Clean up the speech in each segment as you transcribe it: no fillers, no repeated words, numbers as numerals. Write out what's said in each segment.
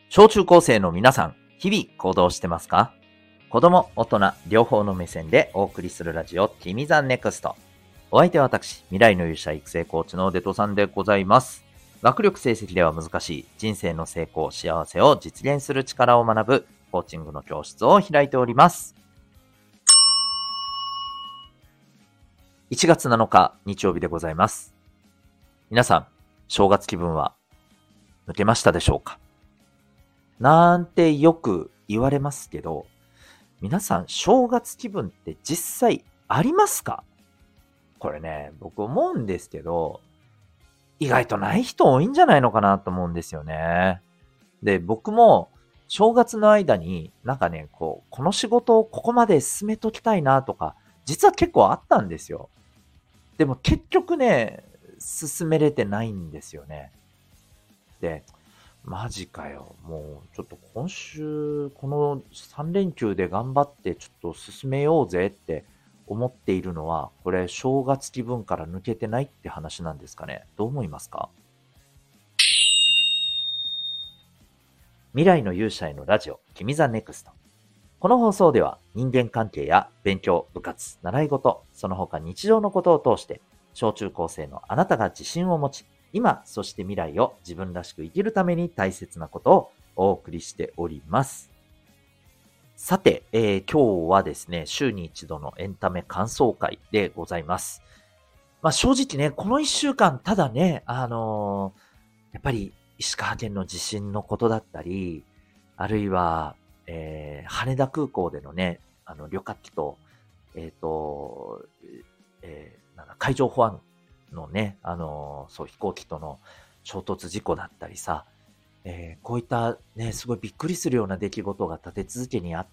小中高生の皆さん、日々行動してますか？子供、大人、両方の目線でお送りするラジオ、君ザネクスト。お相手は私、未来の勇者育成コーチのデトさんでございます。学力成績では難しい人生の成功、幸せを実現する力を学ぶコーチングの教室を開いております。1月7日日曜日でございます。皆さん、正月気分は抜けましたでしょうか？なんてよく言われますけど、皆さん正月気分って実際ありますか？これね、僕思うんですけど、意外とない人多いんじゃないのかなと思うんですよね。で、僕も正月の間になんかね、この仕事をここまで進めときたいなとか、実は結構あったんですよ。でも結局ね、進めれてないんですよね。で、マジかよ。もう、ちょっと今週、この3連休で頑張ってちょっと進めようぜって思っているのは、これ正月気分から抜けてないって話なんですかね。どう思いますか？未来の勇者へのラジオ、君ザネクスト。この放送では人間関係や勉強、部活、習い事、その他日常のことを通して、小中高生のあなたが自信を持ち、今、そして未来を自分らしく生きるために大切なことをお送りしております。さて、今日はですね、週に一度のエンタメ感想会でございます。正直ね、この一週間、ただね、やっぱり石川県の地震のことだったり、あるいは、羽田空港でのね、旅客機と、えっ、と、なんだ海上保安のね、そう飛行機との衝突事故だったりさ、こういったね、すごいびっくりするような出来事が立て続けにあって、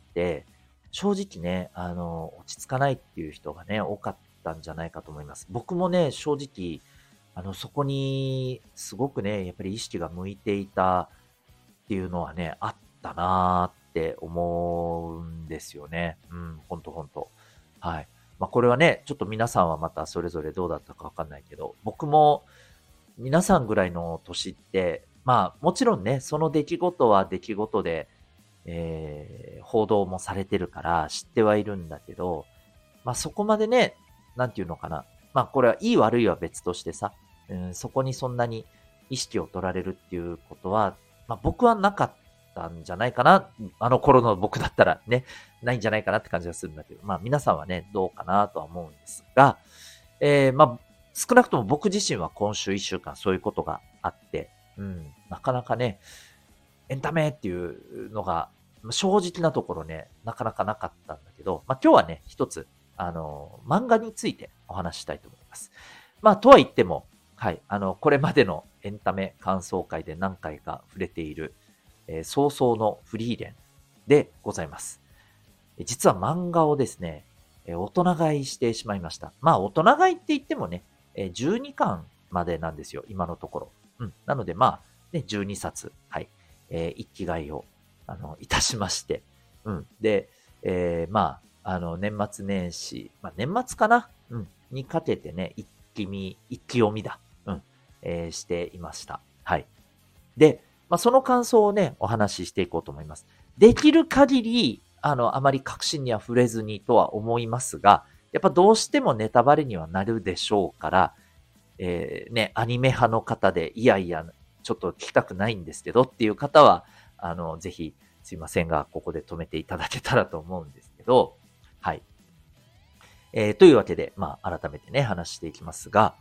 正直ね、落ち着かないっていう人がね、多かったんじゃないかと思います。僕もね、正直、そこにすごくね、やっぱり意識が向いていたっていうのはね、あったなーって思うんですよね。うん、ほんとほんと。はい。これはね、ちょっと皆さんはまたそれぞれどうだったかわかんないけど、僕も皆さんぐらいの年って、もちろんね、その出来事は出来事で、報道もされてるから知ってはいるんだけど、そこまでね、なんていうのかな。これはいい悪いは別としてさ、そこにそんなに意識を取られるっていうことは、僕はなかったんじゃないかな。あの頃の僕だったらね、ないんじゃないかなって感じがするんだけど、皆さんはね、どうかなとは思うんですが、少なくとも僕自身は今週1週間そういうことがあって、なかなかね、エンタメっていうのが、正直なところね、なかなかなかったんだけど、今日はね、一つ、漫画についてお話ししたいと思います。とは言っても、はい、これまでのエンタメ感想会で何回か触れている、早々のフリーレンでございます。実は漫画をですね、大人買いしてしまいました。大人買いって言ってもね、12巻までなんですよ、今のところ。なので、ね、12冊、はい、一気買いを、いたしまして。で、年末年始、年末かなにかけてね、一気読みだ。していました。はい。で、その感想をね、お話ししていこうと思います。できる限り、あまり確信には触れずにとは思いますが、やっぱどうしてもネタバレにはなるでしょうから、ね、アニメ派の方で、いやいや、ちょっと聞きたくないんですけどっていう方は、ぜひ、すいませんが、ここで止めていただけたらと思うんですけど、はい。というわけで、改めてね、話していきますが、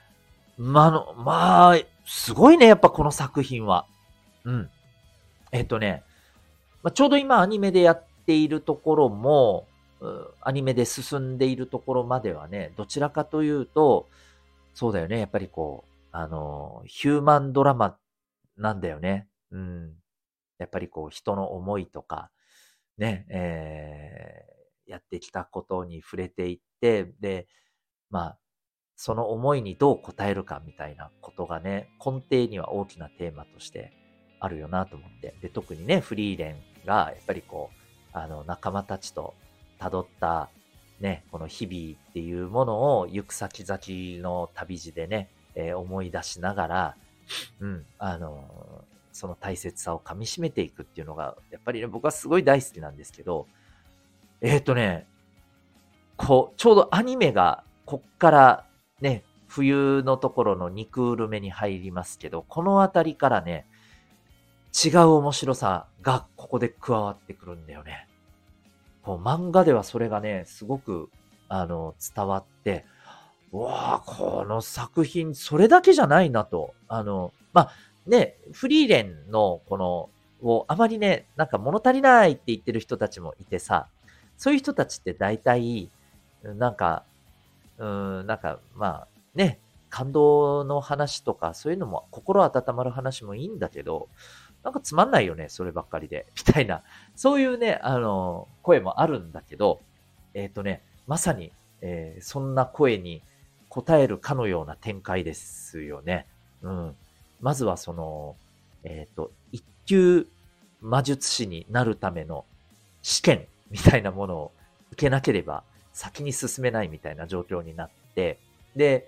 すごいね、やっぱこの作品は。うん。えっとね、ちょうど今アニメでやっているところも、アニメで進んでいるところまではね、どちらかというと、そうだよね、やっぱりヒューマンドラマなんだよね。やっぱり人の思いとか、ね、やってきたことに触れていって、で、まあ、その思いにどう応えるかみたいなことがね、根底には大きなテーマとしてあるよなと思って。で、特にね、フリーレンが、やっぱり仲間たちと辿った、ね、この日々っていうものを行く先々の旅路でね、思い出しながら、うん、 その大切さを噛み締めていくっていうのが、やっぱりね、僕はすごい大好きなんですけど、えっとね、ちょうどアニメが、こっからね、冬のところの2クール目に入りますけど、このあたりからね、違う面白さがここで加わってくるんだよね。こう漫画ではそれがね、すごく、伝わって、うわあ、この作品、それだけじゃないなと。ね、フリーレンのあまりね、なんか物足りないって言ってる人たちもいてさ、そういう人たちって大体、なんか、ね、感動の話とか、そういうのも、心温まる話もいいんだけど、なんかつまんないよね、そればっかりで、みたいな、そういうね、声もあるんだけど、まさに、そんな声に応えるかのような展開ですよね。うん。まずは一級魔術師になるための試験みたいなものを受けなければ先に進めないみたいな状況になって、で、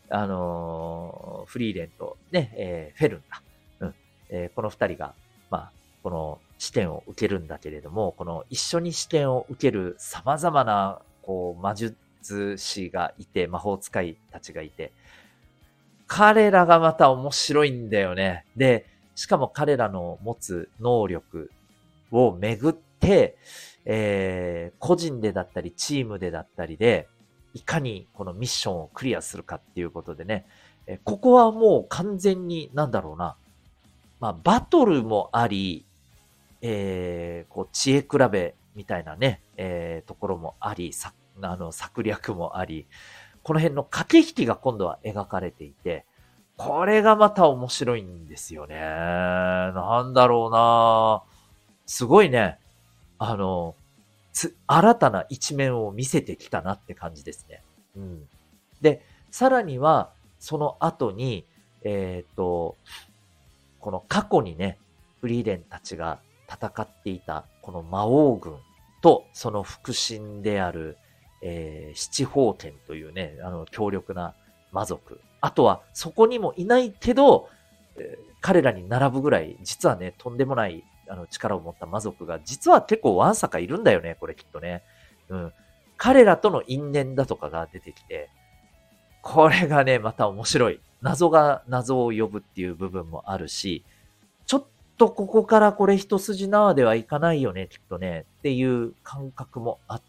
フリーレンとね、フェルンだ。うん。この二人が、まあ、この試験を受けるんだけれども、この一緒に試験を受ける様々な、魔術師がいて、魔法使いたちがいて、彼らがまた面白いんだよね。で、しかも彼らの持つ能力をめぐって、個人でだったり、チームでだったりで、いかにこのミッションをクリアするかっていうことでね、ここはもう完全に、なんだろうな、バトルもあり、知恵比べみたいなね、ところもあり、策略もあり、この辺の駆け引きが今度は描かれていて、これがまた面白いんですよね。なんだろうな、すごいね、あの、新たな一面を見せてきたなって感じですね。うん。で、さらには、その後に、えっと、この過去にね、フリーレンたちが戦っていた、この魔王軍と、その腹心である、七宝剣というね、強力な魔族。あとは、そこにもいないけど、彼らに並ぶぐらい、実はね、とんでもない、力を持った魔族が、実は結構わんさかいるんだよね、これきっとね。うん。彼らとの因縁だとかが出てきて、これがね、また面白い。謎が謎を呼ぶっていう部分もあるし、ちょっとここからこれ一筋縄ではいかないよね、きっとね、っていう感覚もあって、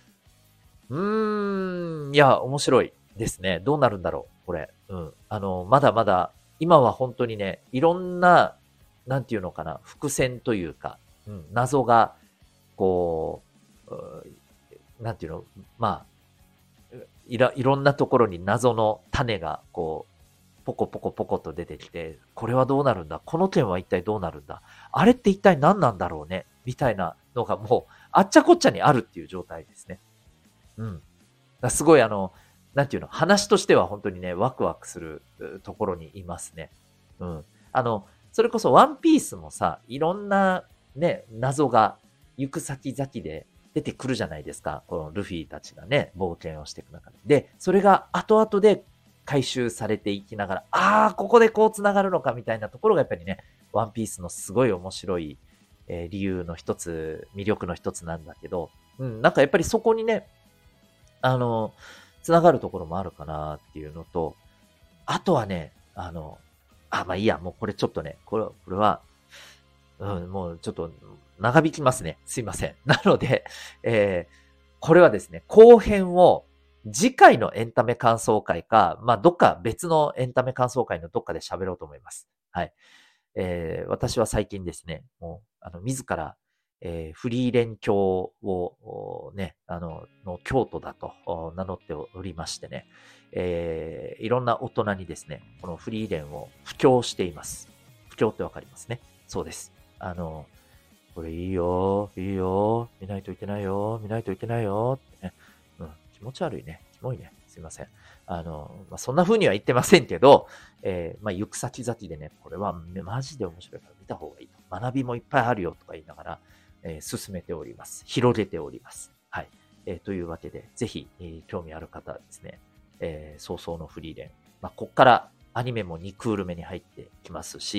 いや、面白いですね。どうなるんだろう、これ。うん。まだまだ、今は本当にね、いろんな、なんていうのかな、伏線というか、謎が、こう、なんていうの、まいろんなところに謎の種が、ポコポコポコと出てきて、これはどうなるんだ、この件は一体どうなるんだ、あれって一体何なんだろうねみたいなのがもう、あっちゃこっちゃにあるっていう状態ですね。うん。すごいなんていうの、話としては本当にね、ワクワクするところにいますね。うん。それこそワンピースもさ、いろんなね、謎が行く先々で出てくるじゃないですか。このルフィたちがね、冒険をしていく中で。で、それが後々で回収されていきながら、ここでこう繋がるのかみたいなところがやっぱりね、ワンピースのすごい面白い、理由の一つ、魅力の一つなんだけど、なんかやっぱりそこにね、あの、つながるところもあるかなっていうのと、あとはね、いいや、もうこれちょっとね、これは、もうちょっと長引きますね。すいません。なので、これはですね、後編を次回のエンタメ感想会か、どっか別のエンタメ感想会のどっかで喋ろうと思います。はい。私は最近ですね、もう、自ら、フリーレン教を、ね、の教徒だと名乗っておりましてね、いろんな大人にですね、このフリーレンを布教しています。布教ってわかりますね。そうです。これいいよ、いいよ、見ないといけないよ、見ないといけないよ、ってね。気持ち悪いね。キモいね。すいません。そんな風には言ってませんけど、行く先々でね、これはマジで面白いから見た方がいいと。学びもいっぱいあるよとか言いながら、進めております。広げております。はい。というわけで、ぜひ、興味ある方はですね、早々のフリーレン。こっからアニメも2クール目に入ってきますし、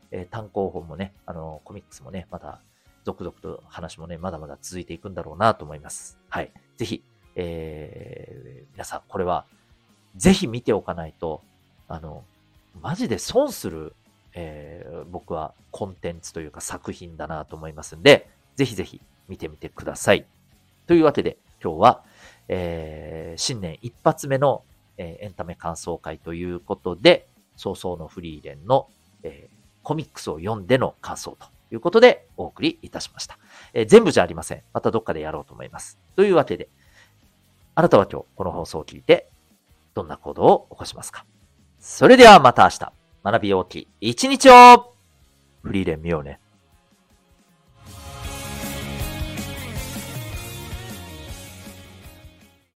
単行本もね、コミックスもね、また、続々と話もね、まだまだ続いていくんだろうなと思います。はい。ぜひ、皆さん、これは、ぜひ見ておかないと、マジで損する、僕はコンテンツというか作品だなと思いますんで、ぜひぜひ見てみてください。というわけで、今日は、新年一発目の、エンタメ感想会ということで、早々のフリーレンの、コミックスを読んでの感想ということでお送りいたしました。全部じゃありません。またどっかでやろうと思います。というわけで、あなたは今日この放送を聞いてどんな行動を起こしますか？それではまた明日、学び大きい一日をフリーレン見ようね。